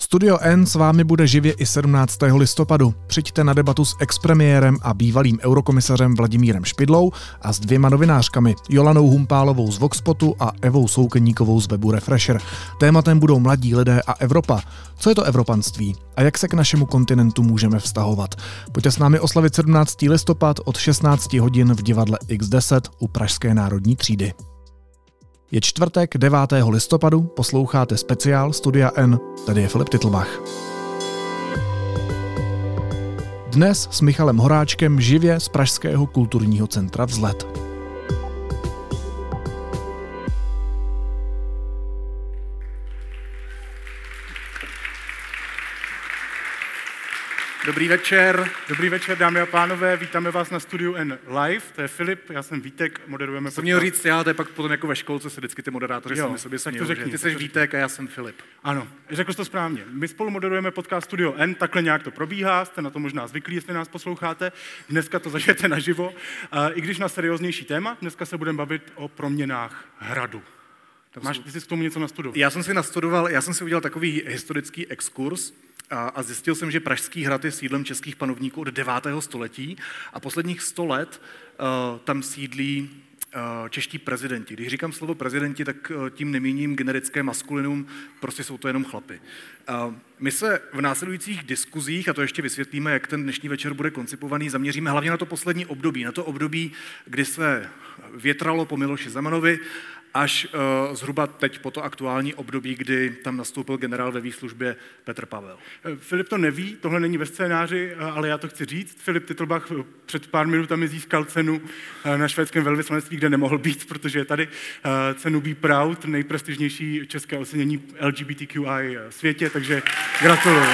Studio N s vámi bude živě i 17. listopadu. Přijďte na debatu s expremiérem a bývalým eurokomisařem Vladimírem Špidlou a s 2 novinářkami, Jolanou Humpálovou z Voxpotu a Evou Soukeníkovou z webu Refresher. Tématem budou mladí lidé a Evropa. Co je to evropanství a jak se k našemu kontinentu můžeme vztahovat? Pojďte s námi oslavit 17. listopad od 16 hodin v divadle X10 u Pražské národní třídy. Je čtvrtek 9. listopadu, posloucháte speciál Studia N, tady je Filip Titlbach. Dnes s Michalem Horáčkem živě z Pražského kulturního centra Vzlet. Dobrý večer, dámy a pánové, vítáme vás na Studiu N live, to je Filip, já jsem Vítek, moderujeme... Jsem měl říct já, to je pak potom jako ve školce se vždycky ty moderátoři sami sobě smějou, že ty jsi Vítek a já jsem Filip. Ano, řekl jsi to správně. My spolu moderujeme podcast Studio N, takhle nějak to probíhá, jste na to možná zvyklí, jestli nás posloucháte, dneska to zažijete naživo, i když na serióznější téma, dneska se budeme bavit o proměnách hradu. Ty jsi k tomu něco nastudoval? Já jsem si udělal takový historický exkurs, a zjistil jsem, že Pražský hrad je sídlem českých panovníků od 9. století a posledních 100 let tam sídlí čeští prezidenti. Když říkám slovo prezidenti, tak tím nemíním generické maskulinum, prostě jsou to jenom chlapy. My se v následujících diskuzích, a to ještě vysvětlíme, jak ten dnešní večer bude koncipovaný, zaměříme hlavně na to poslední období, na to období, kdy se větralo po Miloši Zemanovi, až zhruba teď po to aktuální období, kdy tam nastoupil generál ve výslužbě Petr Pavel. Filip to neví, tohle není ve scénáři, ale já to chci říct. Filip Titlbach před pár minutami získal cenu na švédském velvyslanectví, kde nemohl být, protože je tady cenu Be Proud, nejprestižnější české ocenění LGBTQI světě, takže gratuluju.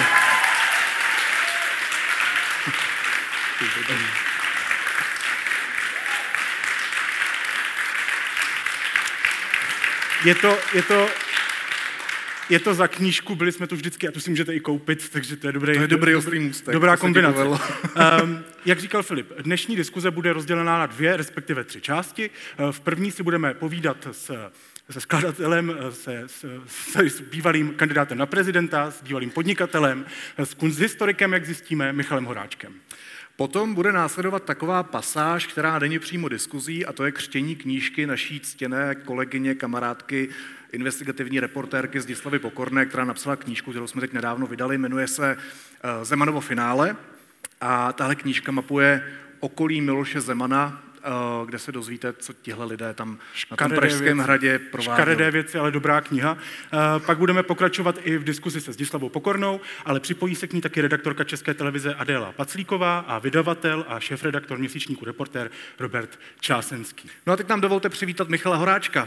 Je to za knížku, byli jsme tu vždycky a tu si můžete i koupit, takže to je dobrý ostrý můstek. Dobrá kombinace. Jak říkal Filip, dnešní diskuze bude rozdělená na 2, respektive 3 části. V první si budeme povídat se skladatelem, s bývalým kandidátem na prezidenta, s bývalým podnikatelem, s kunsthistorikem, jak zjistíme, Michalem Horáčkem. Potom bude následovat taková pasáž, která není přímo diskuzí, a to je křtění knížky naší ctěné kolegyně, kamarádky, investigativní reportérky Zdislavy Pokorné, která napsala knížku, kterou jsme teď nedávno vydali, jmenuje se Zemanovo finále. A tahle knížka mapuje okolí Miloše Zemana, kde se dozvíte, co tihle lidé tam na tom Pražském hradě prováděli. Škaredé věci, ale dobrá kniha. Pak budeme pokračovat i v diskuzi se Zdislavou Pokornou, ale připojí se k ní taky redaktorka České televize Adéla Paclíková a vydavatel a šéfredaktor měsíčníku Reportér Robert Čásenský. No a teď nám dovolte přivítat Michala Horáčka.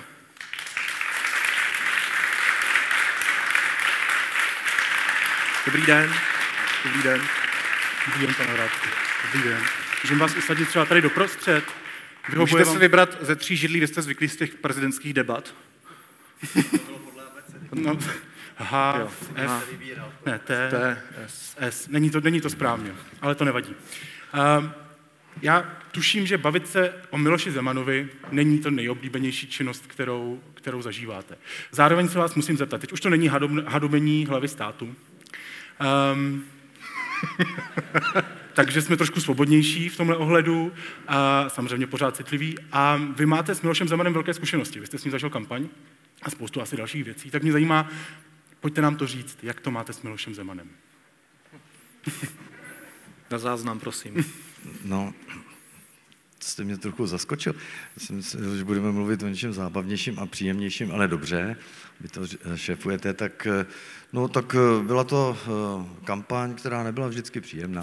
Dobrý den. Dobrý den, pane Horáčku. Dobrý den. Můžeme vás usadit třeba tady doprostřed? Můžete si vybrat ze 3 židlí, vy jste zvyklí z těch prezidentských debat? No, H, F, ne, T, S. Není to správně, ale to nevadí. Já tuším, že bavit se o Miloši Zemanovi není to nejoblíbenější činnost, kterou zažíváte. Zároveň se vás musím zeptat, teď už to není hadobení hlavy státu, takže jsme trošku svobodnější v tomhle ohledu a samozřejmě pořád citliví. A vy máte s Milošem Zemanem velké zkušenosti. Vy jste s ním zažil kampaň a spoustu asi dalších věcí. Tak mě zajímá, pojďte nám to říct, jak to máte s Milošem Zemanem. Na záznam, prosím. No, jste mě trochu zaskočil. Já jsem myslel, že budeme mluvit o něčem zábavnějším a příjemnějším, ale dobře, vy to šéfujete, tak byla to kampaň, která nebyla vždycky příjemná.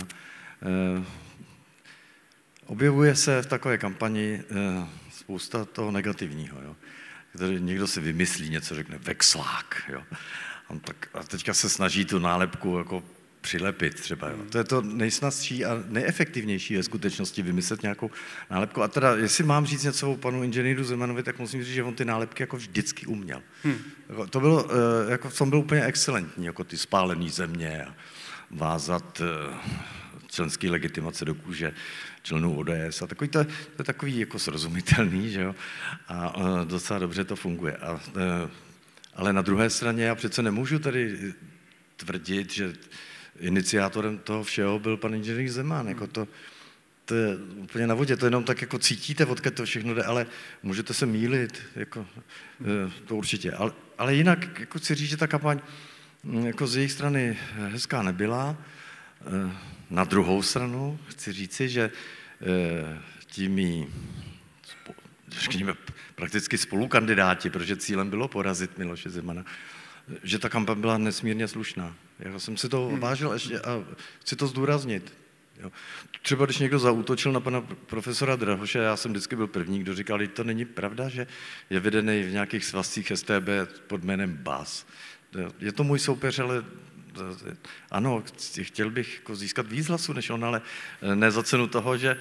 Objevuje se v takové kampani spousta toho negativního, jo. Někdo si vymyslí něco, řekne vexlák, jo. A teďka se snaží tu nálepku jako přilepit třeba. Jo. To je to nejsnazší a nejefektivnější ve skutečnosti vymyslet nějakou nálepku. A teda, jestli mám říct něco o panu inženýru Zemanovi, tak musím říct, že on ty nálepky jako vždycky uměl. To bylo, jako v tom byl úplně excelentní, jako ty spálený země a vázat členský legitimace do kůže členů ODS a takový to je takový jako srozumitelný, že jo, a docela dobře to funguje. Ale na druhé straně já přece nemůžu tady tvrdit, že iniciátorem toho všeho byl pan inženýr Zeman. Jako to je úplně na vodě, to jenom tak jako cítíte, odkud to všechno jde, ale můžete se mýlit, jako, to určitě. Ale jinak jako chci říct, že ta kampaň jako z jejich strany hezká nebyla. Na druhou stranu chci říci, že tím řekněme, prakticky spolukandidáti, protože cílem bylo porazit Miloše Zemana, že ta kampaň byla nesmírně slušná. Já jsem si to vážil ještě a chci to zdůraznit. Jo. Třeba když někdo zaútočil na pana profesora Drahoše, já jsem vždycky byl první, kdo říkal, že to není pravda, že je vedený v nějakých svazcích STB pod jménem Bas. Je to můj soupeř, ale ano, chtěl bych jako získat víc hlasů než on, ale ne za cenu toho, že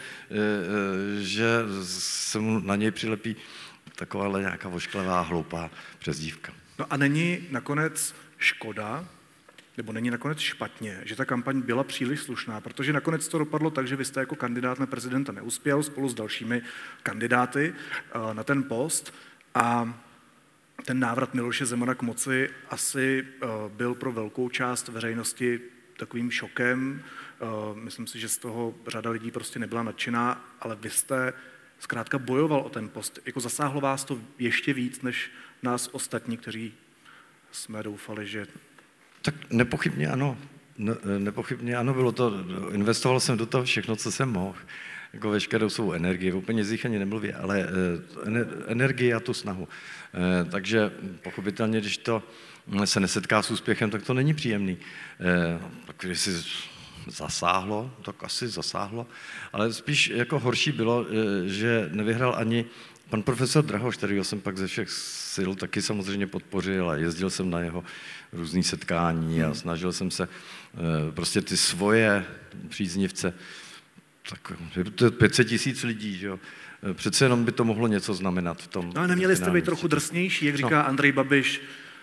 se mu na něj přilepí taková nějaká vošklivá, hloupá přezdívka. No a není nakonec škoda, nebo není nakonec špatně, že ta kampaň byla příliš slušná, protože nakonec to dopadlo tak, že vy jste jako kandidát na prezidenta neuspěl spolu s dalšími kandidáty na ten post a ten návrat Miloše Zemana k moci asi byl pro velkou část veřejnosti takovým šokem. Myslím si, že z toho řada lidí prostě nebyla nadšená, ale vy jste zkrátka bojoval o ten post. Jako zasáhlo vás to ještě víc, než nás ostatní, kteří jsme doufali, že... Tak nepochybně ano. Nepochybně ano, bylo to, investoval jsem do toho všechno, co jsem mohl. Jako veškerou svou energii, o penězích ani nemluvě, ale energii a tu snahu. Takže pochopitelně, když to se nesetká s úspěchem, tak to není příjemný. Tak když si zasáhlo, tak asi zasáhlo, ale spíš jako horší bylo, že nevyhrál ani pan profesor Drahoš, kterýho jsem pak ze všech sil taky samozřejmě podpořil a jezdil jsem na jeho různý setkání a snažil jsem se prostě ty svoje příznivce, tak to je 500 000 lidí, že jo. Přece jenom by to mohlo něco znamenat v tom. No a neměli jste být trochu drsnější, jak říká Andrej Babiš,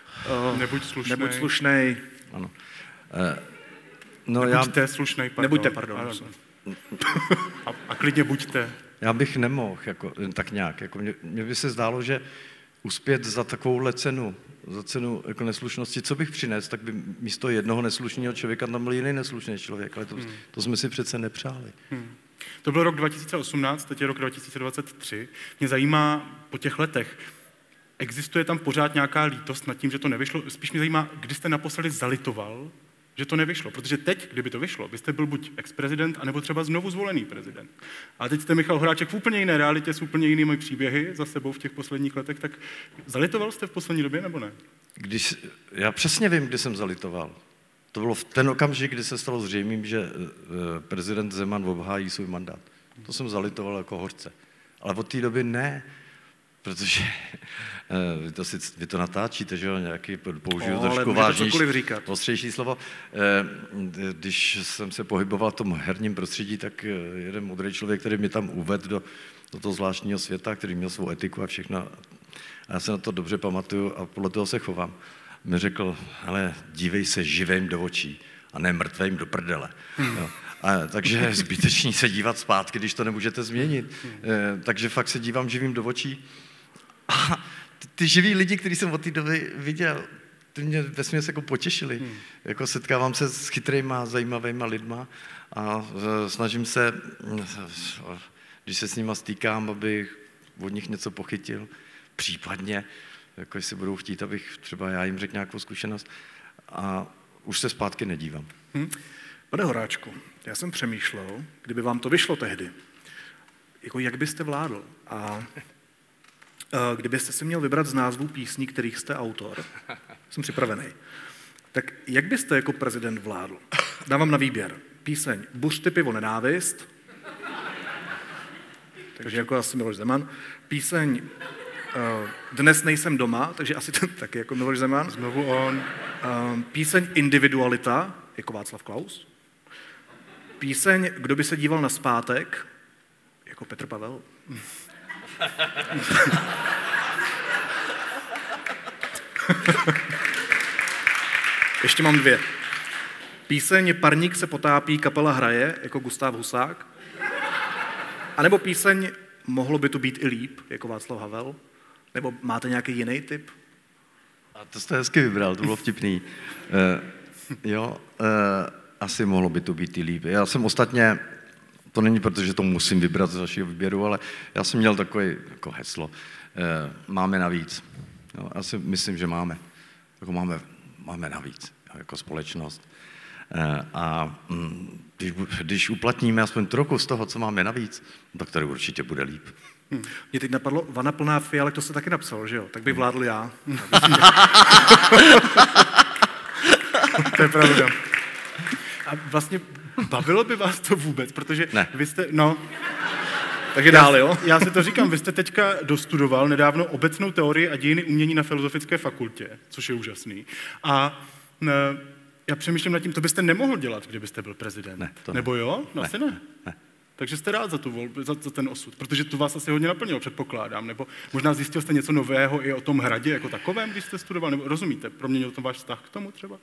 nebuď slušnej. Ano. Nebuďte slušnej, pardon. Nebuďte, pardon. A klidně buďte. Já bych nemohl, jako, tak nějak. Jako mně by se zdálo, že uspět za takovouhle cenu, za cenu jako neslušnosti, co bych přinesl, tak by místo jednoho neslušného člověka tam byl jiný neslušný člověk, ale to jsme si přece nepřáli. To byl rok 2018, teď je rok 2023. Mě zajímá po těch letech, existuje tam pořád nějaká lítost nad tím, že to nevyšlo? Spíš mě zajímá, kdy jste naposledy zalitoval, že to nevyšlo. Protože teď, kdyby to vyšlo, byste byl buď ex-prezident, anebo třeba znovu zvolený prezident. A teď jste Michal Horáček v úplně jiné realitě s úplně jinými příběhy za sebou v těch posledních letech, tak zalitoval jste v poslední době, nebo ne? Já přesně vím, kdy jsem zalitoval. To bylo v ten okamžik, kdy se stalo zřejmým, že prezident Zeman obhájí svůj mandát. To jsem zalitoval jako hořce. Ale od té doby ne, protože vy to natáčíte, že jo, nějaký použiju trošku vážnější, ostřejší slovo. Když jsem se pohyboval v tom herním prostředí, tak jeden moudrý člověk, který mě tam uvedl do toho zvláštního světa, který měl svou etiku a všechno, a já se na to dobře pamatuju a podle toho se chovám, mi řekl, ale dívej se živým do očí a ne mrtvým do prdele. Jo. Takže je zbytečný se dívat zpátky, když to nemůžete změnit. Takže fakt se dívám živým do očí. A ty živí lidi, který jsem od té doby viděl, ty mě vesměs jako potěšili. Jako setkávám se s chytrýma, zajímavýma lidma a snažím se, když se s nima stýkám, abych od nich něco pochytil, případně, jako jestli budou chtít, abych třeba já jim řekl nějakou zkušenost a už se zpátky nedívám. Pane Horáčku, já jsem přemýšlel, kdyby vám to vyšlo tehdy, jako jak byste vládl a kdybyste si měl vybrat z názvů písní, kterých jste autor, jsem připravený, tak jak byste jako prezident vládl? Dávám na výběr píseň Buřty pivo nenávist, takže jako asi Miloš Zeman, píseň Dnes nejsem doma, takže asi taky jako Miloš Zeman. Znovu on. Píseň Individualita, jako Václav Klaus. Píseň Kdo by se díval na zpátek, jako Petr Pavel. Ještě mám dvě. Píseň Parník se potápí, kapela hraje, jako Gustav Husák. A nebo píseň Mohlo by tu být i líp, jako Václav Havel. Nebo máte nějaký jiný tip? A to jste hezky vybral, to bylo vtipný. Jo, asi mohlo by to být i líp. Já jsem ostatně, to není proto, že to musím vybrat z vašeho výběru, ale já jsem měl takové jako heslo. Máme navíc. Jo, já si myslím, že máme. Jako máme navíc jako společnost. A když uplatníme aspoň trochu z toho, co máme navíc, tak tady určitě bude líp. Mě teď napadlo, vana plná fialek, to se taky napsal, že jo? Tak bych vládl já. To je pravda. A vlastně bavilo by vás to vůbec, protože ne. Vy jste, Takže dál, jo? Já si to říkám, vy jste teďka dostudoval nedávno obecnou teorii a dějiny umění na Filozofické fakultě, což je úžasný. A já přemýšlím nad tím, to byste nemohl dělat, kdybyste byl prezident. Ne, to nebo jo? No, ne. asi ne. Takže jste rád za tu volbu, za ten osud, protože to vás asi hodně naplnilo, předpokládám. Nebo možná zjistil jste něco nového i o tom hradě jako takovém, když jste studoval, nebo rozumíte? Proměnil to váš vztah k tomu třeba?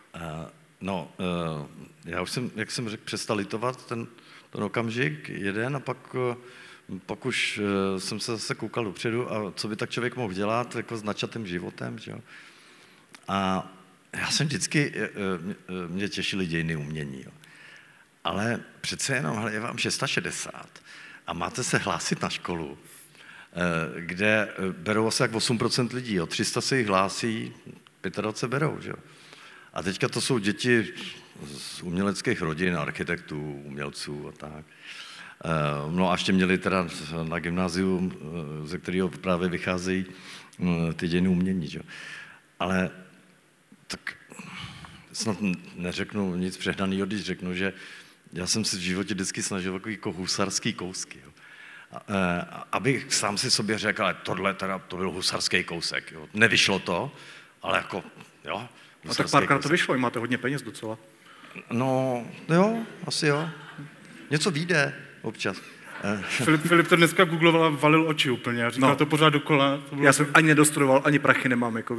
Já už jsem, jak jsem řekl, přestal litovat ten okamžik jeden a pak už jsem se zase koukal dopředu a co by tak člověk mohl dělat jako s načatým životem, že jo? A já jsem vždycky, mě těšily dějiny umění, jo. Ale přece jenom, hele, je vám 660 a máte se hlásit na školu, kde berou asi jak 8% lidí, jo. 300 se jich hlásí, 25 berou, že jo. A teďka to jsou děti z uměleckých rodin, architektů, umělců a tak. No a ještě měli teda na gymnáziu, ze kterého právě vycházejí ty dějiny umění, že jo. Ale tak snad neřeknu nic přehnaného, když řeknu, že já jsem si v životě vždycky snažil jako husarský kousky. Jo. Abych sám si sobě řekl, ale tohle teda, to byl husarský kousek. Jo. Nevyšlo to, ale jako, jo. No tak párkrát to vyšlo, máte hodně peněz docela. No, jo, asi jo. Něco vyjde občas. Filip to dneska googloval a valil oči úplně a říkal to pořád dokola. To Já jsem ani nedostudoval, ani prachy nemám. Jako...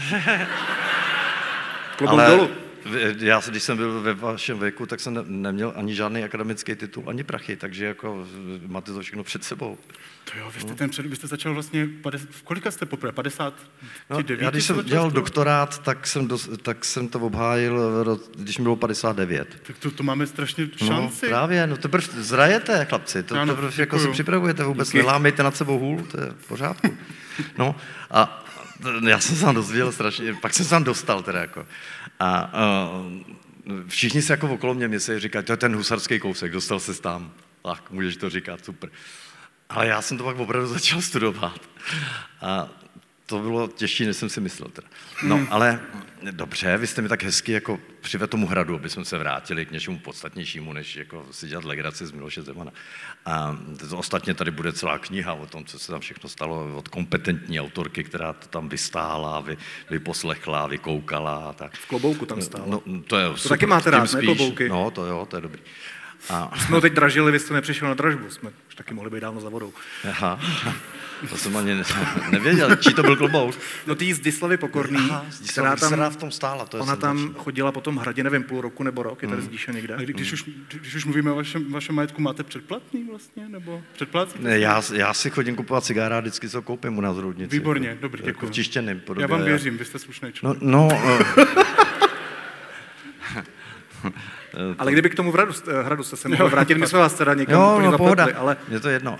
Klobouk dolů. Já, když jsem byl ve vašem věku, tak jsem neměl ani žádný akademický titul, ani prachy, takže jako máte to všechno před sebou. To jo, vy jste začal vlastně, v kolika jste poprvé? 59? Já když jsem dělal doktorát, tak jsem to obhájil, když mi bylo 59. Tak to máme strašně šanci. No právě, no teprve zrajete, chlapci, to jako si připravujete vůbec, nelámejte nad sebou hůl, to je v pořádku. No a já jsem se tam dozvěděl strašně, pak jsem se tam dostal teda jako. A všichni se jako okolo mě se říkají, to je ten husarský kousek, dostal ses tam. Tak, můžeš to říkat, super. Ale já jsem to pak opravdu začal studovat. A to bylo těžší, než jsem si myslel teda. No, ale dobře, vy jste mi tak hezky jako přivedl tomu hradu, aby jsme se vrátili k něčemu podstatnějšímu, než jako si dělat legraci z Miloše Zemana. A to ostatně tady bude celá kniha o tom, co se tam všechno stalo, od kompetentní autorky, která to tam vystála, vyposlechla, vykoukala a tak. V klobouku tam stála. No, to je to super, taky máte rád, spíš, ne, klobouky? No, to jo, to je dobrý. Jsme ho teď dražili, vy jste nepřišel na dražbu, jsme už taky mohli být dávno za vodou. Aha, to jsem ani nevěděl, čí to byl klobouk. No ty Zdislavy Pokorný, která v tom stála. To ona tam chodila po tom hradě, nevím, půl roku nebo rok, je tady zdíše někde. A když už mluvíme o vašem majetku, máte předplatný vlastně, nebo předplácíte? Ne, já si chodím kupovat cigára, vždycky co koupím u nás v Roudnici. Výborně, dobrý, děkuji. V tištěném podobě. Já vám věřím, vy jste slušný člověk. Ale kdyby k tomu hradu se mohl vrátit, my jsme vás teda někam úplně zapletli, ale... Je to jedno.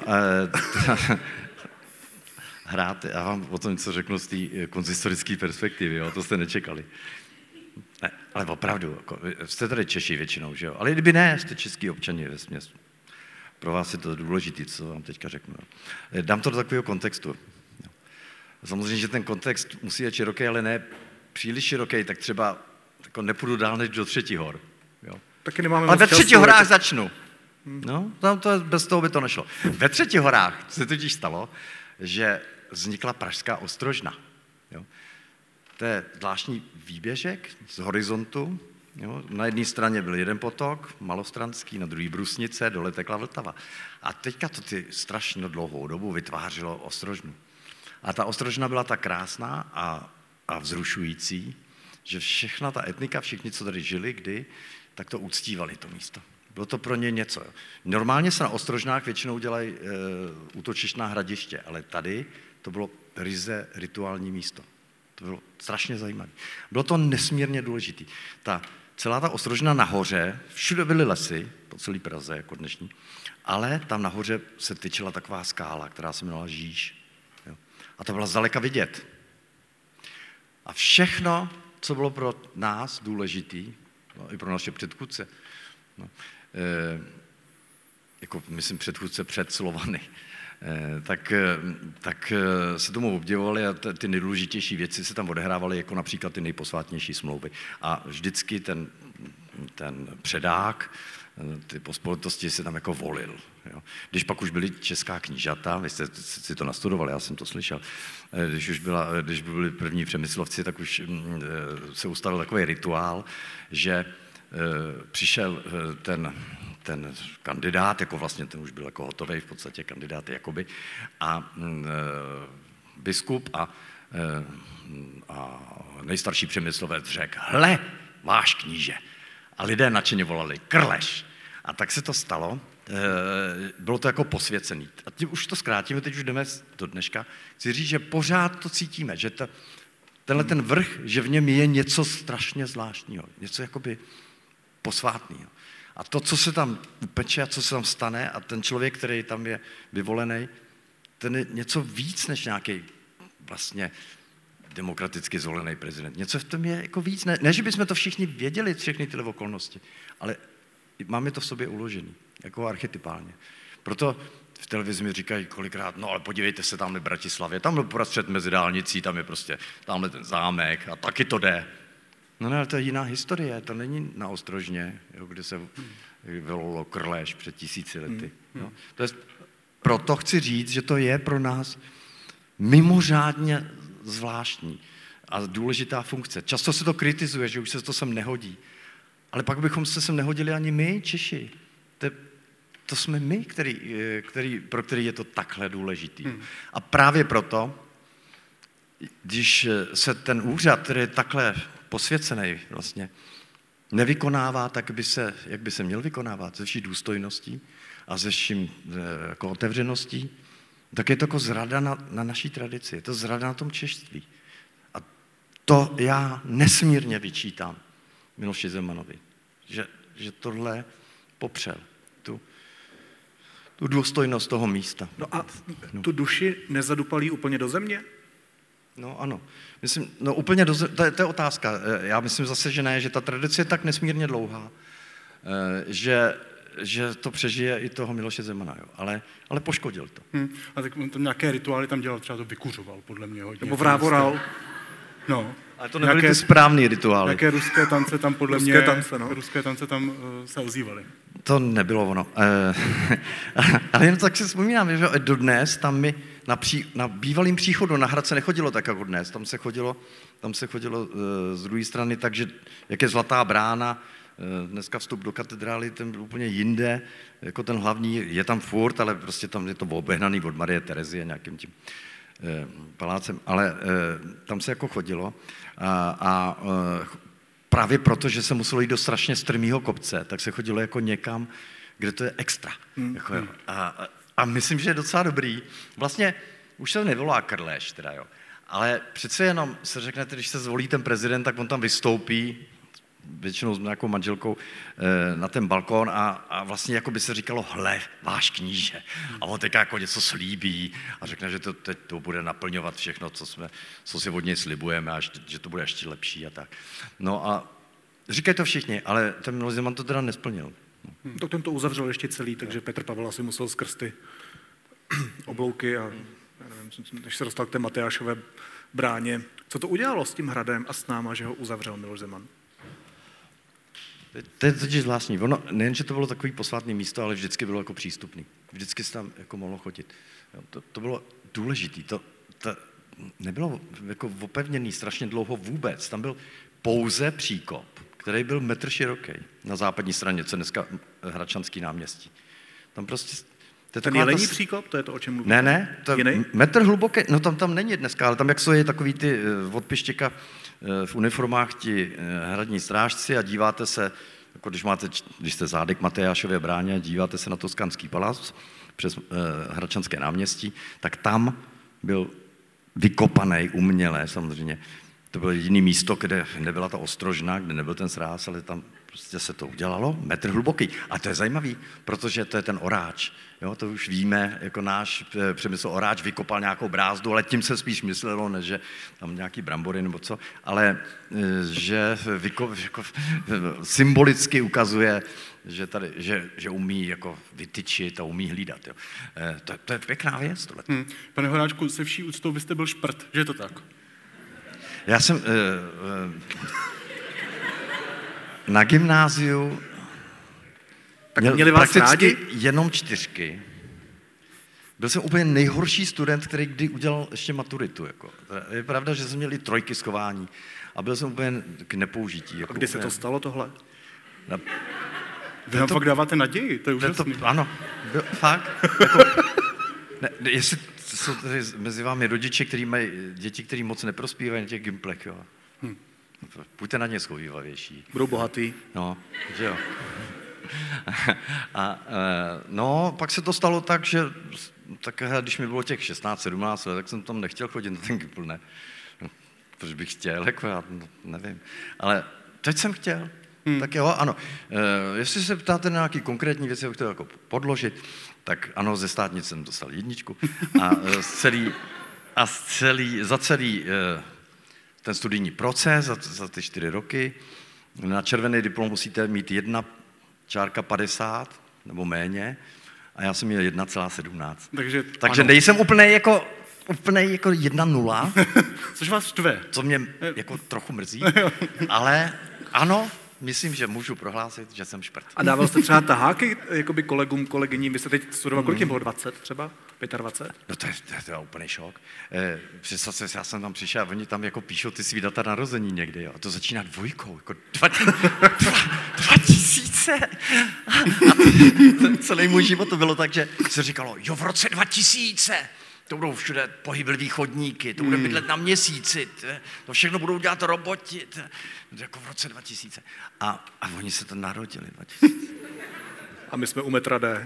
Hrát, já vám o tom něco řeknu z té konzistorické perspektivy, jo, to jste nečekali. Ne, ale opravdu, jako, jste tady Češi většinou, že jo? Ale kdyby ne, jste český občani vesměs. Pro vás je to důležité, co vám teďka řeknu. Jo. Dám to do takového kontextu. Samozřejmě, že ten kontext musí být široký, ale ne příliš široký, tak třeba jako nepůjdu dál než do Třetích hor. Jo. Taky nemáme ale ve Třetích horách začnu. No, tam to, bez toho by to nešlo. Ve Třetích horách se totiž stalo, že vznikla pražská Ostrožna. Jo. To je zvláštní výběžek z horizontu. Jo. Na jedné straně byl jeden potok, Malostranský, na druhé Brusnice, dole tekla Vltava. A teďka to ty strašně dlouhou dobu vytvářelo Ostrožnu. A ta Ostrožna byla tak krásná a vzrušující, že všechna ta etnika, všichni, co tady žili, tak to uctívali to místo. Bylo to pro ně něco. Normálně se na Ostrožnách většinou dělají útočišť na hradiště, ale tady to bylo ryze rituální místo. To bylo strašně zajímavé. Bylo to nesmírně důležité. Celá ta Ostrožna nahoře, všude byly lesy, po celé Praze, jako dnešní, ale tam nahoře se tyčila taková skála, která se jmenovala Žíž. Jo. A to byla zdaleka vidět. A všechno, co bylo pro nás důležitý, no, i pro naše předchůdce, no, jako myslím předchůdce před Slovany, tak se tomu obdivovali a ty nejdůležitější věci se tam odehrávaly, jako například ty nejposvátnější smlouvy. A vždycky ten předák, ty pospolitosti se tam jako volil. Jo. Když pak už byly česká knížata, vy jste si to nastudovali, já jsem to slyšel, když byli první Přemyslovci, tak už se ustavil takový rituál, že přišel ten kandidát, jako vlastně ten už byl jako hotový v podstatě kandidát jakoby, a biskup a nejstarší Přemyslovec řekl, hle, váš kníže. A lidé nadšeně volali, Krleš. A tak se to stalo, bylo to jako posvěcený. A tím už to zkrátíme, teď už jdeme do dneška. Chci říct, že pořád to cítíme, že tenhle ten vrch, že v něm je něco strašně zvláštního, něco jakoby posvátného. A to, co se tam upeče a co se tam stane a ten člověk, který tam je vyvolený, ten je něco víc než nějaký vlastně demokraticky zvolený prezident. Něco v tom je jako víc. Ne, že bychom to všichni věděli, všechny tyhle okolnosti, ale máme to v sobě uložený, jako archetypálně. Proto v televizi mi říkají kolikrát, no ale podívejte se tamhle v Bratislavě, tamhle prostřed mezi dálnicí, tam je prostě tamhle ten zámek a taky to jde. No ne, ale to je jiná historie, to není na Ostrožně, jo, kde se vylolo Krleš před 1000 lety. Jo. Proto chci říct, že to je pro nás mimořádně zvláštní a důležitá funkce. Často se to kritizuje, že už se to sem nehodí. Ale pak bychom se sem nehodili ani my, Češi. To jsme my, pro který je to takhle důležitý. A právě proto, když se ten úřad, který je takhle posvěcený vlastně, nevykonává tak, jak by se měl vykonávat, ze vší důstojností a ze vším jako otevřeností, tak je to jako zrada na naší tradici, je to zrada na tom češství. A to já nesmírně vyčítám Miloši Zemanovi, že tohle popřel, tu důstojnost toho místa. No a tu duši nezadupalí úplně do země? No ano. Myslím, no úplně to je otázka. Já myslím zase, že ne, že ta tradice je tak nesmírně dlouhá, že to přežije i toho Miloše Zemana, jo. Ale poškodil to. A tak to nějaké rituály tam dělal, třeba to vykuřoval, podle mě hodně. Nebo vrávoral. No. Ale to nebyly ty správný rituály. Nějaké ruské tance tam podle mě, ruské tance tam se ozývaly. To nebylo ono. Ale jen tak si vzpomínám, že dodnes tam mi na bývalým příchodu na hrad se nechodilo tak jako dnes. Tam se chodilo z druhé strany, takže jak je Zlatá brána, dneska vstup do katedrály, ten byl úplně jinde, jako ten hlavní, je tam furt, ale prostě tam je to obehnaný od Marie Terezie nějakým tím palácem, ale tam se jako chodilo a právě proto, že se muselo jít do strašně strmýho kopce, tak se chodilo jako někam, kde to je extra. Jako, a myslím, že je docela dobrý. Vlastně už se nevolá Krleš, teda jo. Ale přece jenom se řeknete, když se zvolí ten prezident, tak on tam vystoupí, většinou s nějakou manželkou, na ten balkón a vlastně jako by se říkalo, hle, váš kníže. A on teď jako něco slíbí a řekne, že teď to bude naplňovat všechno, co si od něj slibujeme a že to bude ještě lepší a tak. No a říkají to všichni, ale ten Miloš Zeman to teda nesplnil. To ten to uzavřel ještě celý, takže Petr Pavel asi musel skrz ty oblouky a nevím, než se dostal k té Matyášové bráně. Co to udělalo s tím hradem a s náma, že ho uzavřel Miloš Zeman? To je totiž zvláštní. Ono, nejen, že to bylo takový posvátný místo, ale vždycky bylo jako přístupný. Vždycky se tam jako mohlo chodit. To bylo důležitý. To nebylo jako opevněný strašně dlouho vůbec. Tam byl pouze příkop, který byl metr široký na západní straně, co dneska Hradčanský náměstí. Tam prostě... Ten jelení příkop, to je to, o čem mluvíte? Ne, to metr hluboký, no tam není dneska, ale tam jak jsou takový ty od Pištěka v uniformách ti hradní strážci a díváte se, jako když jste zády k Matyášově bráně, díváte se na Toskanský palác přes Hradčanské náměstí, tak tam byl vykopaný uměle samozřejmě to bylo jediné místo, kde nebyla ta ostrožna, kde nebyl ten sráz, ale tam prostě se to udělalo, metr hluboký. A to je zajímavý, protože to je ten oráč. Jo, to už víme, jako náš Přemysl Oráč vykopal nějakou brázdu, ale tím se spíš myslelo, ne, že tam nějaký brambory nebo co, ale že jako symbolicky ukazuje, že tady, že umí jako vytyčit a umí hlídat. Jo. To je pěkná věc. Tohle. Pane Horáčku, se vší úctou, vy jste byl šprt, že je to tak? Já jsem na gymnáziu Tak měli vás rádi? Jenom 4. Byl jsem úplně nejhorší student, který kdy udělal ještě maturitu. Jako. Je pravda, že jsme měli 3 z chování a byl jsem úplně k nepoužití. Jako a kdy se to stalo tohle? Vy nám fakt dáváte naději, to je úžasný. Ano, fakt. Jako, jestli jsou tady mezi vámi rodiče, kteří mají děti, který moc neprospívají na těch gimplech, jo. Pojďte na ně schovývavější. Budou bohatý. No, že jo. No, pak se to stalo tak, že tak, když mi bylo těch 16, 17 let, tak jsem tam nechtěl chodit na ten gimpl, ne. Proč bych chtěl, jako já nevím. Ale teď jsem chtěl. Tak jo, ano. Jestli se ptáte na nějaký konkrétní věci, jak to jako podložit, tak ano, ze státnic jsem dostal 1 a za celý ten studijní proces, za ty 4 roky, na červený diplom musíte mít 1,50 nebo méně a já jsem měl 1,17. Takže nejsem úplně jako 1,0. Což vás štve. Co mě jako trochu mrzí, ale ano, myslím, že můžu prohlásit, že jsem šprt. A dával jste třeba taháky jakoby kolegům, kolegyním? Vy jste teď studoval, kolik jim bylo? 20 třeba? 25? No to je úplný šok. Představ se, já jsem tam přišel a oni tam jako píšou ty svý data narození někdy, jo. A to začíná 2, jako 2000. A celý můj život to bylo tak, že se říkalo, jo, v roce 2000. To budou všude pohyblivé chodníky, to bude bydlet na měsíci, to všechno budou dělat roboti, jako v roce 2000. A oni se to narodili 2000. A my jsme u metra D.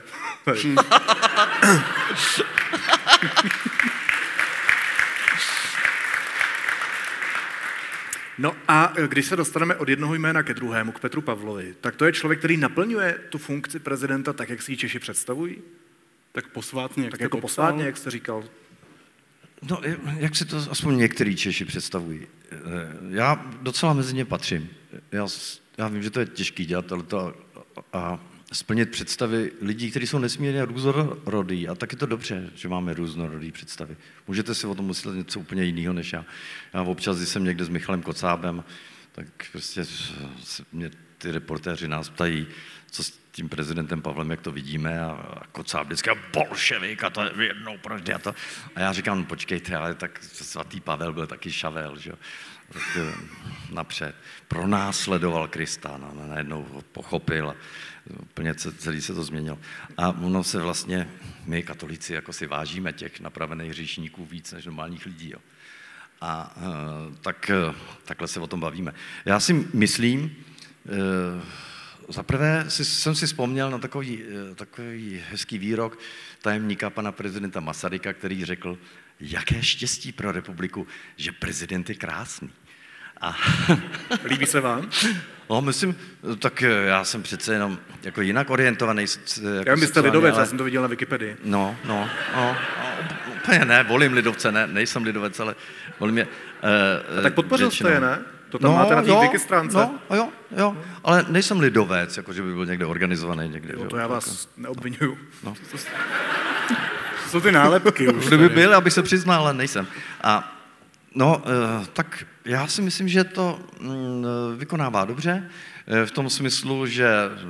No a když se dostaneme od jednoho jména ke druhému, k Petru Pavlovi, tak to je člověk, který naplňuje tu funkci prezidenta tak, jak si ji Češi představují? Tak posvátně, tak jako posvátně, jak jste říkal. No, jak si to aspoň některý Češi představují. Já docela mezi ně patřím. Já vím, že to je těžký dělat, ale a splnit představy lidí, kteří jsou nesmírně různorodí. A tak je to dobře, že máme různorodý představy. Můžete si o tom myslet něco úplně jiného než já. Já občas, když jsem někde s Michalem Kocábem, tak prostě mě ty reportéři nás ptají, co s tím prezidentem Pavlem, jak to vidíme, a Kocáb vždycky bolševik a to je jednou proždy a to. A já říkám, no počkejte, ale tak svatý Pavel byl taky šavel, že jo. Tak napřed. Pronásledoval Krista, no, najednou ho pochopil a úplně celý se to změnilo. A ono se vlastně, my katolíci jako si vážíme těch napravených hříšníků víc než normálních lidí, jo. A takhle se o tom bavíme. Já si myslím, zaprvé jsem si vzpomněl na takový hezký výrok tajemníka pana prezidenta Masaryka, který řekl, jaké štěstí pro republiku, že prezident je krásný. A líbí se vám? No, myslím, tak já jsem přece jenom jako jinak orientovaný. Jako já byste lidovec, ale já jsem to viděl na Wikipedii. No, úplně ne, volím lidovce, nejsem lidovec, ale volím je. Tak podpořil jste je, ne? To tam máte na té Wiki stránce. Jo, ale nejsem lidovec, jako že by byl někde organizovaný někde. Jo, to já vás neobvinuju. No. To jsou ty nálepky už. Kdyby byl, abych se přiznal, ale nejsem. A tak já si myslím, že to vykonává dobře, v tom smyslu, že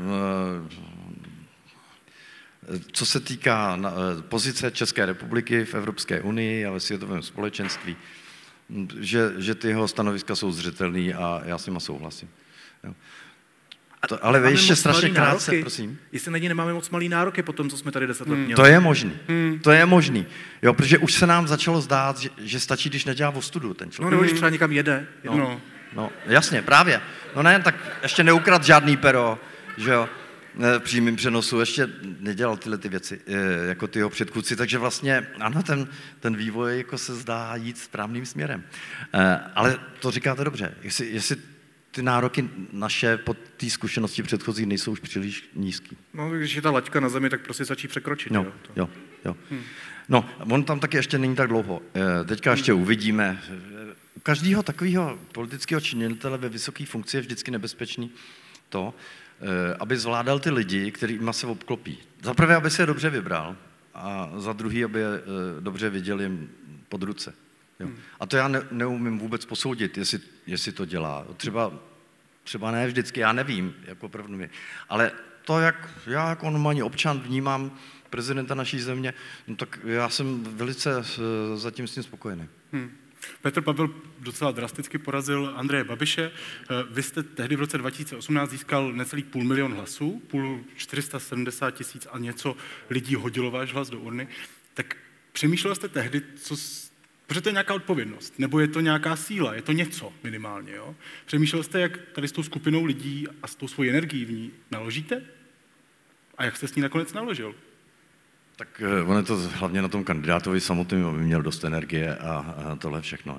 co se týká pozice České republiky v Evropské unii a ve světovém společenství, že ty jeho stanoviska jsou zřetelný a já s nima souhlasím. Jo. Ale ještě strašně krátce, prosím. Jestli na ně nemáme moc malý nároky po tom, co jsme tady 10 let měli. To je možný. Jo, protože už se nám začalo zdát, že stačí, když nedělá ostudu ten člověk. No, nebo když třeba někam jede. No, jasně, právě. No ne, tak ještě neukrad žádný pero, že jo. v přímém přenosu ještě nedělal tyhle ty věci jako ty jeho předchůdci, takže vlastně ano, ten vývoj jako se zdá jít správným směrem. Ale to říkáte dobře, jestli ty nároky naše po té zkušenosti předchozí nejsou už příliš nízký. No, když je ta laťka na zemi, tak prostě začí překročit. Jo. No, on tam taky ještě není tak dlouho. Teďka ještě uvidíme. U každého takového politického činitele ve vysoké funkci je vždycky nebezpečný to, aby zvládal ty lidi, kterýma se obklopí. Za prvé, aby se je dobře vybral a za druhý, aby je dobře viděl jim pod ruce. Jo. A to já neumím vůbec posoudit, jestli to dělá. Třeba ne vždycky, já nevím, jako první. Ale to, jak já jako normální občan vnímám prezidenta naší země, no tak já jsem velice zatím s tím spokojený. Petr Pavel docela drasticky porazil Andreje Babiše. Vy jste tehdy v roce 2018 získal necelých 500 000 hlasů, 470 000 a něco lidí hodilo váš hlas do urny. Tak přemýšlel jste tehdy, protože to je nějaká odpovědnost, nebo je to nějaká síla, je to něco minimálně, jo? Přemýšlel jste, jak tady s tou skupinou lidí a s tou svojí energií v ní naložíte? A jak jste s ní nakonec naložil? Tak on je to hlavně na tom kandidátovi samotným, aby měl dost energie a tohle všechno.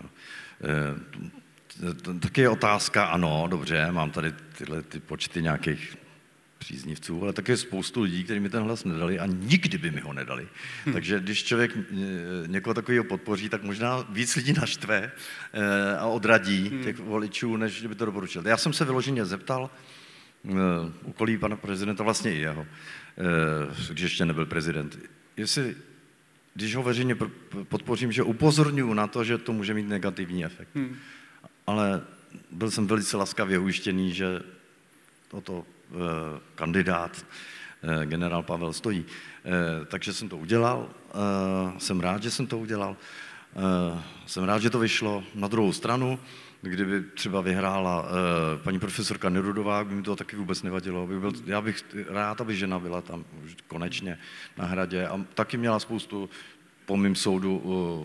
Taky je otázka, ano, dobře, mám tady tyhle ty počty nějakých příznivců, ale také spoustu lidí, kteří mi ten hlas nedali a nikdy by mi ho nedali. Takže když člověk někoho takového podpoří, tak možná víc lidí naštve a odradí těch voličů, než by to doporučil. Já jsem se vyloženě zeptal okolí pana prezidenta, vlastně i jeho, když ještě nebyl prezident, jestli, když ho veřejně podpořím, že upozorňuji na to, že to může mít negativní efekt. Ale byl jsem velice laskavě ujištěný, že toto kandidát, generál Pavel, stojí. Takže jsem to udělal, jsem rád, že jsem to udělal, jsem rád, že to vyšlo. Na druhou stranu, kdyby třeba vyhrála paní profesorka Nerudová, by mi to taky vůbec nevadilo. Já bych rád, aby žena byla tam už konečně na Hradě a taky měla spoustu, po mým soudu,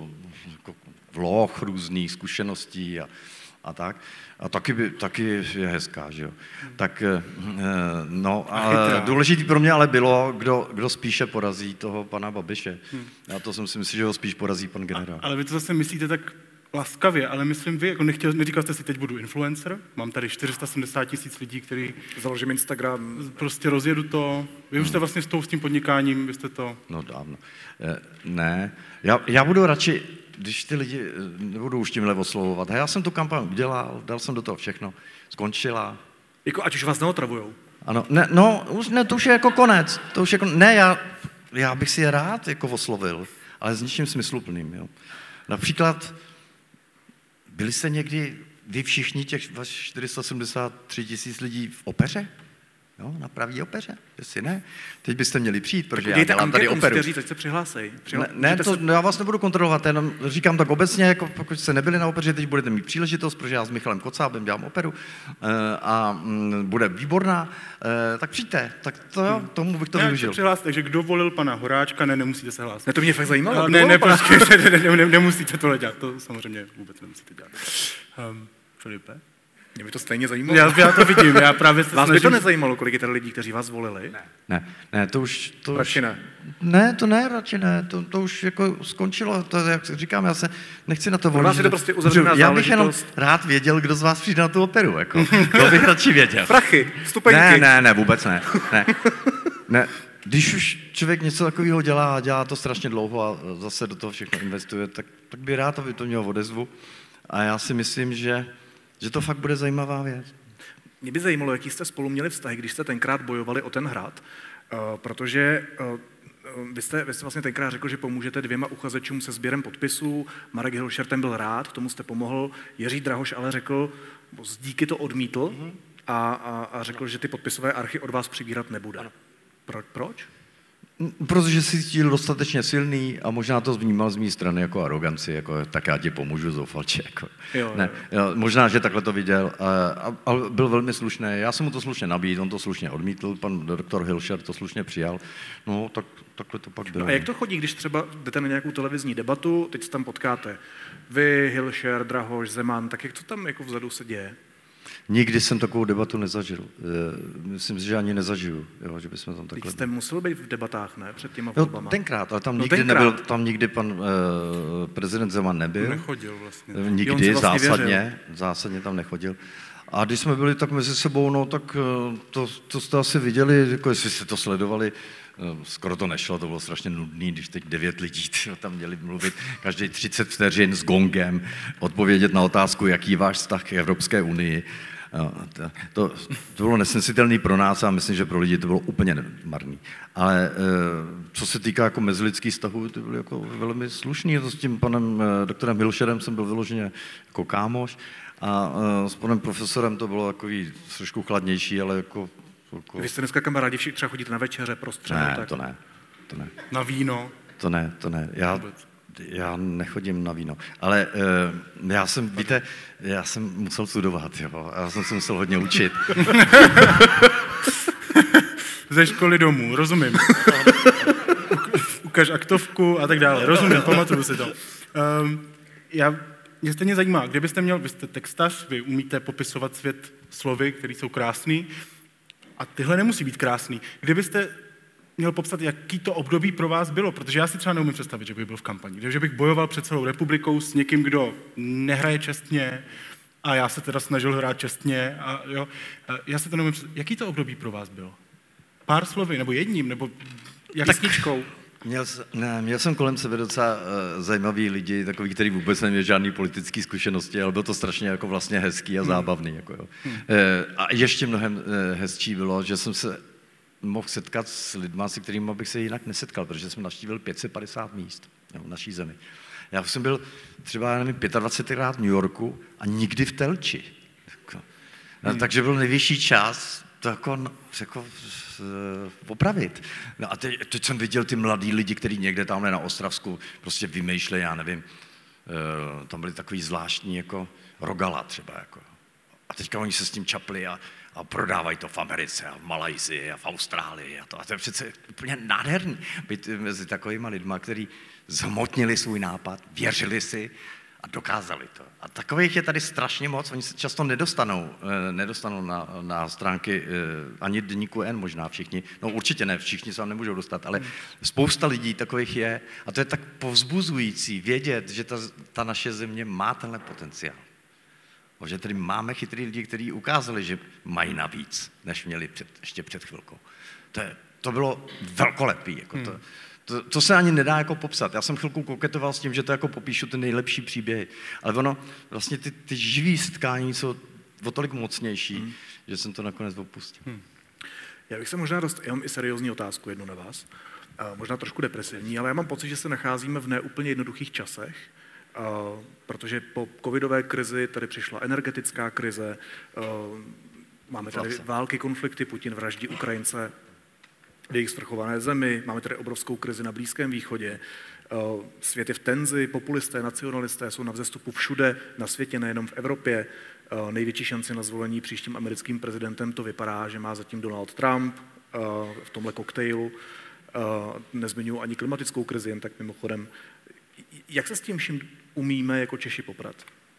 vloh různých zkušeností a tak. A taky je hezká, že jo. Tak, no, a důležitý pro mě ale bylo, kdo spíše porazí toho pana Babiše. A to jsem si myslel, že ho spíš porazí pan generál. Ale vy to zase myslíte tak laskavě, ale myslím vy, jako neříkal jste si, teď budu influencer, mám tady 470 000 lidí, který založím Instagram, prostě rozjedu to. Vy už jste vlastně s tím podnikáním, vy jste to... No dávno. Ne, já budu radši, když ty lidi nebudu už tímhle oslovovat. Já jsem tu kampaň udělal, dal jsem do toho všechno, skončila. Jako ať už vás neotravujou. Ano, ne, no, to už je jako konec. To už je ne, já bych si je rád jako oslovil, ale s ničím smysluplným, jo. Například, byli jste někdy vy všichni těch 473 000 lidí v opeře? Jo, na pravý opeře, jestli ne. Teď byste měli přijít, protože já dělám tady operu. Říct, ať se přihlásej. Ne, já vás nebudu kontrolovat, jenom říkám tak obecně, jako pokud jste nebyli na opeře, teď budete mít příležitost, protože já s Michalem Kocábem dělám operu a bude výborná, tak přijďte, tak to jo, tomu bych to využil. Ne, přihlásit, takže kdo volil pana Horáčka, nemusíte se hlásit. Ne, to mě fakt zajímalo. Ne, prostě nemusíte tohle dělat, to samozřejmě vůbec nemusíte dělat. Filipe? Mě by to stejně zajímalo. Já to vidím, já právě se vás snažím... by to nezajímalo, kolik je tady lidí, kteří vás volili? Ne, to už... Radši ne. Ne, to ne, radši ne, to už jako skončilo, to, jak říkám, já se nechci na to volit. Vás je to prostě uzavřená já bych jenom rád věděl, kdo z vás přijde na tu operu, jako. To bych radši věděl. Prachy, vstupenky. Ne, vůbec ne. Ne. Když už člověk něco takového dělá a dělá to strašně dlouho a zase do toho všechno investuje, tak by rád, aby to mělo odezvu. A já si myslím, že to fakt bude zajímavá věc. Mě by zajímalo, jaký jste spolu měli vztahy, když jste tenkrát bojovali o ten hrad, protože vy jste vlastně tenkrát řekl, že pomůžete 2 uchazečům se sběrem podpisů, Marek Hilšer ten byl rád, tomu jste pomohl, Jiří Drahoš ale řekl, z díky to odmítl a řekl, že ty podpisové archy od vás přibírat nebude. Proč? Protože si cítil dostatečně silný a možná to vnímal z mé strany jako aroganci, jako tak já ti pomůžu, zoufalče. Jako. Jo. Možná, že takhle to viděl, ale byl velmi slušný. Já jsem mu to slušně nabídl, on to slušně odmítl, pan doktor Hilšer to slušně přijal. No, takhle to pak bylo. No a jak to chodí, když třeba jdete na nějakou televizní debatu, teď se tam potkáte vy, Hilšer, Drahoš, Zeman, tak jak to tam jako vzadu se děje? Nikdy jsem takovou debatu nezažil. Myslím si, že ani nezažiju, jo, že bychom tam takhle... Teď jste musel být v debatách, ne? Před těma Jo, volbama. tenkrát, ale tam nikdy pan prezident Zeman nebyl. Nechodil vlastně. Nikdy, vlastně zásadně tam nechodil. A když jsme byli tak mezi sebou, no tak to jste asi viděli, jako jestli jste to sledovali, skoro to nešlo, to bylo strašně nudný, když teď 9 lidí tam měli mluvit každý 30 vteřin s gongem, odpovědět na otázku, jaký je váš vztah k Evropské unii. To bylo nesnesitelné pro nás a myslím, že pro lidi to bylo úplně marný. Ale co se týká jako mezilidských vztahů, to bylo jako velmi slušný. To s tím panem doktorem Hilšerem jsem byl vyloženě jako kámoš a s panem profesorem to bylo takový trošku chladnější, ale jako... Vy jste dneska kamarádi, všichni třeba chodíte na večeře prostřed? Ne, tak... to ne. Na víno? To ne. Já nechodím na víno, ale já jsem musel studovat, jo, a já jsem se musel hodně učit. Ze školy domů, rozumím. Ukaž aktovku a tak dále, rozumím, pamatuju si to. Mě stejně zajímá, vy jste textař, vy umíte popisovat svět slovy, které jsou krásný, a tyhle nemusí být krásný. Kdybyste měl popsat, jaký to období pro vás bylo, protože já si třeba neumím představit, že bych byl v kampani, že bych bojoval před celou republikou s někým, kdo nehraje čestně a já se teda snažil hrát čestně. A jo, já si to neumím představit. Jaký to období pro vás bylo? Pár slovy, nebo jedním, nebo jasničkou? Měl jsem kolem sebe docela zajímavý lidi, takový, který vůbec neměl žádný politický zkušenosti, ale bylo to strašně jako vlastně hezký a zábavný. Jako, jo. A ještě mnohem hezčí bylo, že jsem se mohl setkat s lidma, se kterými bych se jinak nesetkal, protože jsem navštívil 550 míst v naší zemi. Já jsem byl třeba, nevím, 25krát v New Yorku a nikdy v Telči. Takže byl nejvyšší čas to jako opravit. No a teď jsem viděl ty mladý lidi, kteří někde tamhle na Ostravsku prostě vymýšlejí, já nevím, tam byli takový zvláštní jako Rogala třeba. Jako. A teďka oni se s tím čapli a prodávají to v Americe a v Malajsii a v Austrálii a to je přece úplně nádherný být mezi takovýma lidma, kteří zhmotnili svůj nápad, věřili si a dokázali to. A takových je tady strašně moc, oni se často nedostanou na stránky ani deníku N, možná všichni, no určitě ne, všichni se tam nemůžou dostat, ale spousta lidí takových je a to je tak povzbuzující vědět, že ta naše země má tenhle potenciál. Že tady máme chytrý lidi, kteří ukázali, že mají navíc, než měli ještě před chvilkou. To bylo velkolepý. Jako to se ani nedá jako popsat. Já jsem chvilku koketoval s tím, že to jako popíšu ty nejlepší příběhy. Ale ono, vlastně ty živý setkání jsou o tolik mocnější, že jsem to nakonec opustil. Já bych se možná já mám i seriózní otázku jednu na vás. Možná trošku depresivní, ale já mám pocit, že se nacházíme v neúplně jednoduchých časech, protože po covidové krizi tady přišla energetická krize, máme tady války, konflikty, Putin vraždí Ukrajince v jejich svrchované zemi, máme tady obrovskou krizi na Blízkém východě, svět je v tenzi, populisté, nacionalisté jsou na vzestupu všude na světě, nejenom v Evropě. Největší šanci na zvolení příštím americkým prezidentem to vypadá, že má zatím Donald Trump v tomhle koktejlu. Nezmiňuji ani klimatickou krizi, jen tak mimochodem. Jak se s tím vším umíme jako Češi poprat?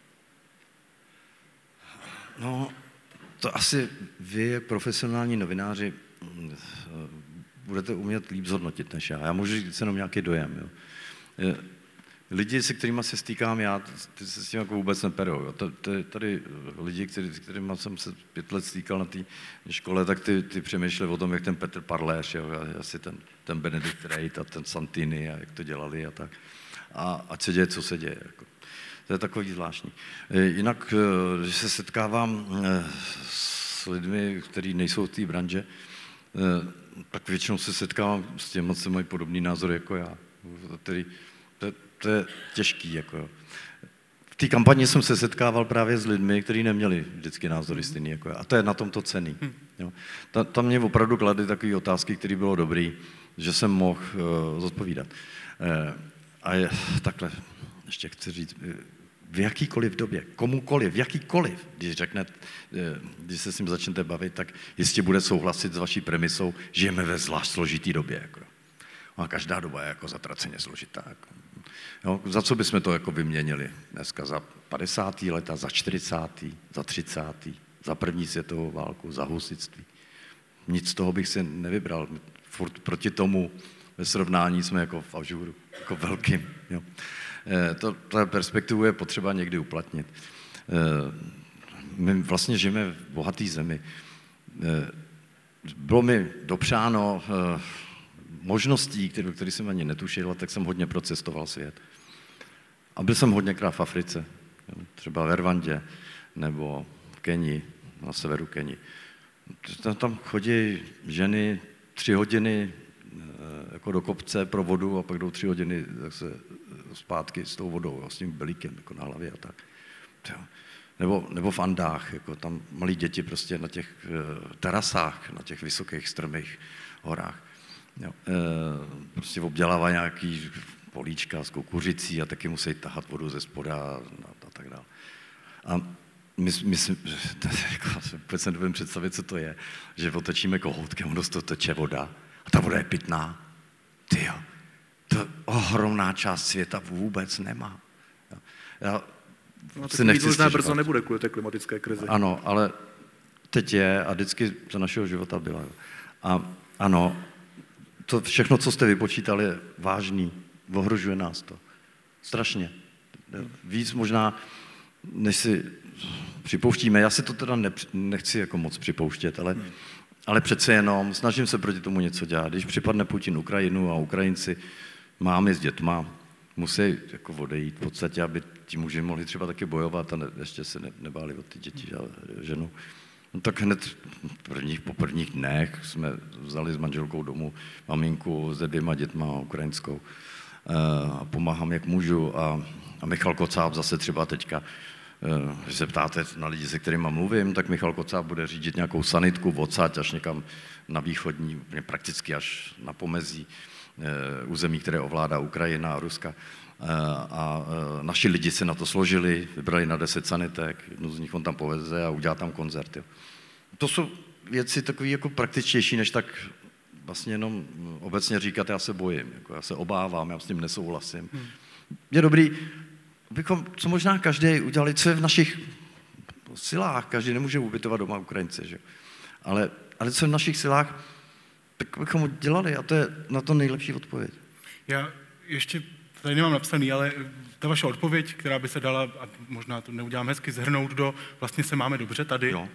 No, to asi vy, profesionální novináři, budete umět líp zhodnotit než já. Já můžu říct jenom nějaký dojem. Jo. Lidi, se kterými se stýkám já, ty se s tím jako vůbec neperou. Jo. Tady lidi, kterými jsem se 5 let stýkal na té škole, tak ty přemýšleli o tom, jak ten Petr Parléř, jo, asi ten Benedikt Rejt a ten Santini a jak to dělali a tak. A ať se děje, co se děje. Jako. To je takový zvláštní. Jinak, když se setkávám s lidmi, kteří nejsou v té branži, tak většinou se setkávám s těmi, co mají podobný názor jako já. To je těžký. Jako. V té kampani jsem se setkával právě s lidmi, kteří neměli vždycky názory stejný jako já. A to je na tom to cenný. Jo. Tam mě opravdu kladly takové otázky, které bylo dobré, že jsem mohl zodpovídat. A takhle, ještě chci říct, v jakýkoliv době, komukoliv, jakýkoliv, když se s ním začnete bavit, tak jistě bude souhlasit s vaší premisou, žijeme ve zvlášť složitý době. Jako. A každá doba je jako zatraceně složitá. Jako. Jo, za co bychom to jako vyměnili dneska? Za 50. leta, za 40., za 30., za první světovou válku, za husitství. Nic z toho bych si nevybral. Furt proti tomu ve srovnání jsme jako v ažuru, jako velkým. Jo. Ta perspektivu je potřeba někdy uplatnit. My vlastně žijeme v bohaté zemi. Bylo mi dopřáno možností, které jsem ani netušil, tak jsem hodně procestoval svět. A byl jsem hodněkrát v Africe, třeba v Rwandě nebo v Kenii, na severu Kenii. Tam chodí ženy 3 hodiny jako do kopce pro vodu a pak jdou 3 hodiny zase zpátky s tou vodou, s tím belíkem jako na hlavě a tak. Nebo v Andách, jako tam malí děti prostě na těch terasách, na těch vysokých strmých horách. Jo. Prostě obdělávají nějaký políčka s kukuřicí a taky musí tahat vodu ze spoda a tak dále. A vůbec se nevím představit, co to je, že otočíme kohoutkem, ono z toho teče voda a ta voda je pitná. Tyjo, to ohromná část světa vůbec nemá. Já si nechci stěžovat. Brzo nebude kvůli té klimatické krizi. Ano, ale teď je a vždycky za našeho života byla. A ano, to všechno, co jste vypočítali, je vážný. Ohrožuje nás to. Strašně. Víc možná, než si připouštíme. Já si to teda nechci jako moc připouštět, ale přece jenom snažím se proti tomu něco dělat. Když připadne Putin Ukrajinu a Ukrajinci, mámy s dětma, musí jako odejít v podstatě, aby ti muži mohli třeba taky bojovat a ještě se nebáli od ty děti a ženu. No tak hned po prvních dnech jsme vzali s manželkou domů maminku se 2 dětma ukrajinskou a pomáhám, jak můžu. A Michal Kocáb zase třeba teďka, když se ptáte na lidi, se kterými mluvím, tak Michal Kocáb bude řídit nějakou sanitku odsaď až někam na východní, prakticky až na pomezí území, které ovládá Ukrajina a Ruska. A naši lidi se na to složili, vybrali na 10 sanitek, jednu z nich on tam poveze a udělá tam koncert. Jo. To jsou věci takové jako praktičtější, než tak vlastně jenom obecně říkat, já se bojím, jako já se obávám, já s tím nesouhlasím. Je dobrý, abychom, co možná každý udělali, co je v našich silách, každý nemůže ubytovat doma Ukrajince, že? Ale co je v našich silách, tak bychom udělali a to je na to nejlepší odpověď. Já ještě tady nemám napsaný, ale ta vaše odpověď, která by se dala, a možná to neudělám hezky, zhrnout do vlastně se máme dobře tady, jo.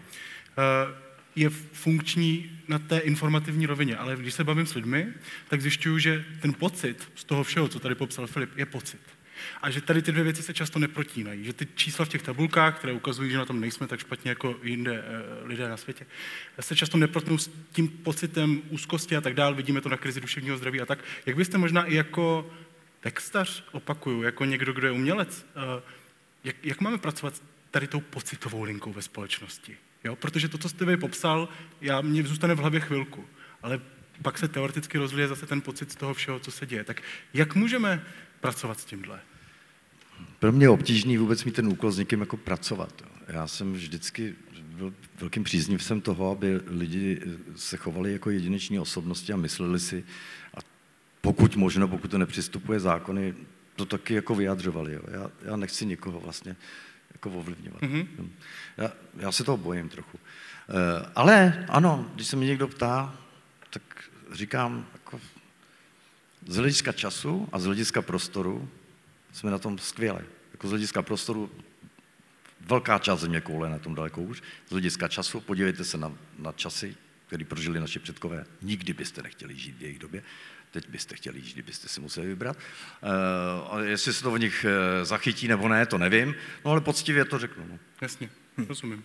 Je funkční na té informativní rovině, ale když se bavím s lidmi, tak zjišťuju, že ten pocit z toho všeho, co tady popsal Filip, je pocit. A že tady ty 2 věci se často neprotínají, že ty čísla v těch tabulkách, které ukazují, že na tom nejsme tak špatně jako jinde lidé na světě, se často neprotnou s tím pocitem úzkosti a tak dál, vidíme to na krizi duševního zdraví a tak. Jak byste možná i jako textař, opakuju, jako někdo, kdo je umělec, jak máme pracovat s tady tou pocitovou linkou ve společnosti? Jo? Protože to, co jste vy popsal, mě zůstane v hlavě chvilku, ale pak se teoreticky rozlije zase ten pocit z toho všeho, co se děje. Tak jak můžeme pracovat s tímhle? Pro mě je obtížný vůbec mít ten úkol s někým jako pracovat. Já jsem vždycky byl velkým příznivcem toho, aby lidi se chovali jako jedineční osobnosti a mysleli si, a pokud možno, pokud to nepřistupuje zákony, to taky jako vyjadřovali. Jo. Já nechci nikoho vlastně jako ovlivňovat. Mm-hmm. Já se toho bojím trochu. Ale ano, když se mě někdo ptá, tak říkám, jako z hlediska času a z hlediska prostoru jsme na tom skvěle. Jako z hlediska prostoru velká část zeměkoule na tom daleko hůř. Z hlediska času podívejte se na časy, které prožili naši předkové. Nikdy byste nechtěli žít v jejich době. Teď byste chtěli žít, kdybyste si museli vybrat. A jestli se to v nich zachytí nebo ne, to nevím. No ale poctivě to řeknu. No. Jasně, rozumím.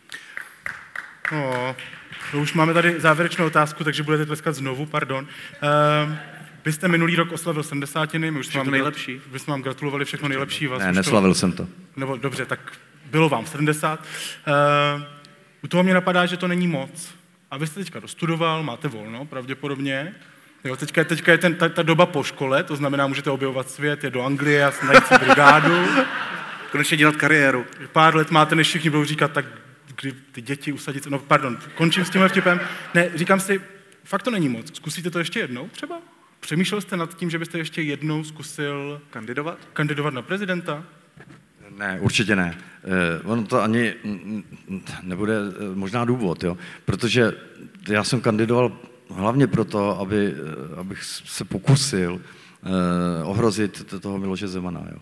No, už máme tady závěrečnou otázku, takže budete tleskat znovu, pardon. Vy jste minulý rok oslavil 70. My už jsme vám gratulovali, všechno nejlepší. Ne, neslavil jsem to. Nebo dobře, tak bylo vám 70. U toho mě napadá, že to není moc. A vy jste teďka dostudoval, máte volno, pravděpodobně. Jo, teďka je ta doba po škole, to znamená, můžete objevovat svět, je do Anglie a najít si brigádu. Konečně dělat kariéru. Pár let máte, než všichni budou říkat, tak kdy ty děti usadit. No pardon, končím s tímhle vtipem. Ne, říkám si, fakt to není moc. Zkusíte to ještě jednou třeba? Přemýšlel jste nad tím, že byste ještě jednou zkusil kandidovat? Kandidovat na prezidenta? Ne, určitě ne. Ono to ani nebude možná důvod, jo? Protože já jsem kandidoval hlavně proto, abych se pokusil ohrozit toho Miloše Zemana. Jo?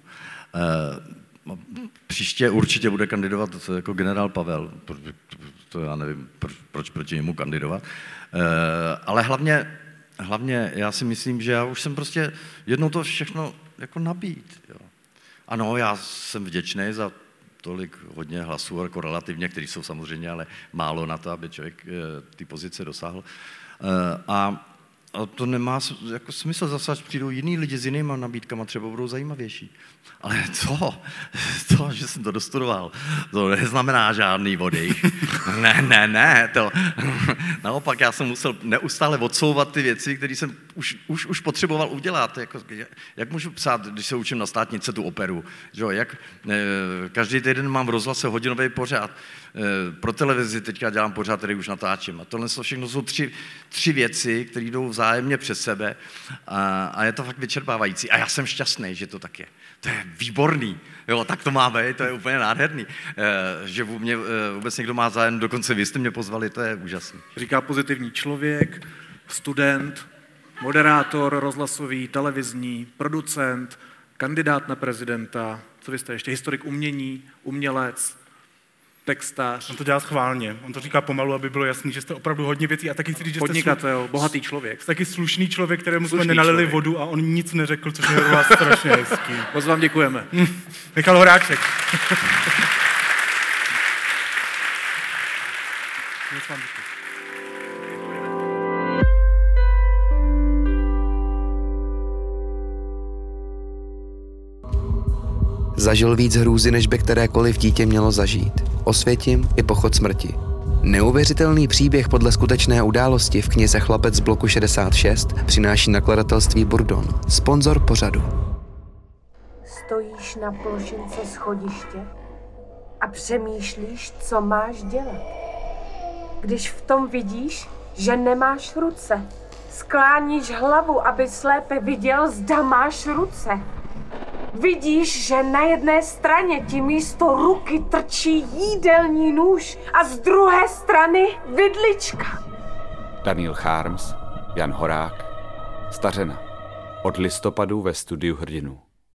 Příště určitě bude kandidovat jako generál Pavel, to já nevím, proč proti němu kandidovat, ale hlavně já si myslím, že já už jsem prostě jednou to všechno jako nabít. Jo. Ano, já jsem vděčný za tolik hodně hlasů, jako relativně, který jsou samozřejmě, ale málo na to, aby člověk ty pozice dosáhl. A to nemá jako smysl, zase až přijdou jiný lidi s jinýma nabídkama, třeba budou zajímavější. Ale to, že jsem to dostudoval, to neznamená žádný body. Ne, to naopak já jsem musel neustále odsouvat ty věci, které jsem už potřeboval udělat. Jak můžu psát, když se učím na státnice tu operu? Jak každý týden mám v rozhlase hodinový pořad, pro televizi teďka dělám pořad, který už natáčím. A tohle všechno jsou tři věci, které jdou vzájemně přes sebe a je to fakt vyčerpávající. A já jsem šťastný, že to tak je. To je výborný. Jo, tak to má být, to je úplně nádherný. Že mě vůbec někdo má zájem, dokonce vy jste mě pozvali, to je úžasný. Říká pozitivní člověk, student, moderátor rozhlasový, televizní, producent, kandidát na prezidenta, co vy jste ještě, historik umění, umělec, textář. On to dělá schválně. On to říká pomalu, aby bylo jasný, že jste opravdu hodně věcí a taky si říct, že podnikatel, bohatý člověk. Jste taky slušný člověk, kterému jsme nenalili vodu a on nic neřekl, což je u vás strašně hezký. Moc vám děkujeme. Michal Horáček. Moc vám děkuji. Zažil víc hrůzy, než by kterékoliv dítě mělo zažít. Osvětím i pochod smrti. Neuvěřitelný příběh podle skutečné události v knize Chlapec z bloku 66 přináší nakladatelství Burdon, sponzor pořadu. Stojíš na plošince schodiště a přemýšlíš, co máš dělat. Když v tom vidíš, že nemáš ruce, skláníš hlavu, aby lépe viděl, zda máš ruce. Vidíš, že na jedné straně ti místo ruky trčí jídelní nůž a z druhé strany vidlička. Daniel Charms, Jan Horák, Stařena. Od listopadu ve studiu Hrdinů.